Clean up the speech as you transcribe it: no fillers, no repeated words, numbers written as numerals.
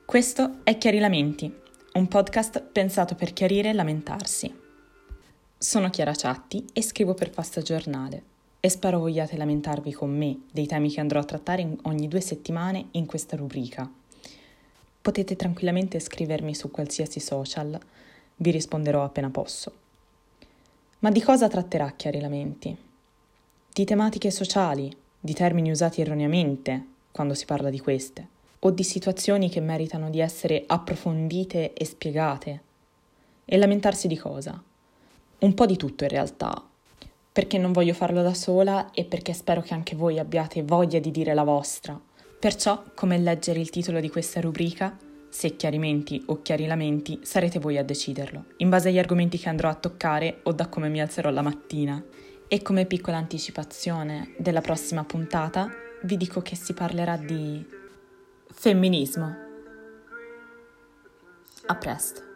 Questo è Chiari Lamenti, un podcast pensato per chiarire e lamentarsi. Sono Chiara Ciatti e scrivo per Pasta Giornale e spero vogliate lamentarvi con me dei temi che andrò a trattare ogni 2 settimane in questa rubrica. Potete tranquillamente scrivermi su qualsiasi social, vi risponderò appena posso. Ma di cosa tratterà Chiari Lamenti? Di tematiche sociali, di termini usati erroneamente quando si parla di queste, o di situazioni che meritano di essere approfondite e spiegate? E lamentarsi di cosa? Un po' di tutto in realtà, perché non voglio farlo da sola e perché spero che anche voi abbiate voglia di dire la vostra. Perciò, come leggere il titolo di questa rubrica, se chiarimenti o chiari lamenti, sarete voi a deciderlo, in base agli argomenti che andrò a toccare o da come mi alzerò la mattina. E come piccola anticipazione della prossima puntata, vi dico che si parlerà di femminismo. A presto.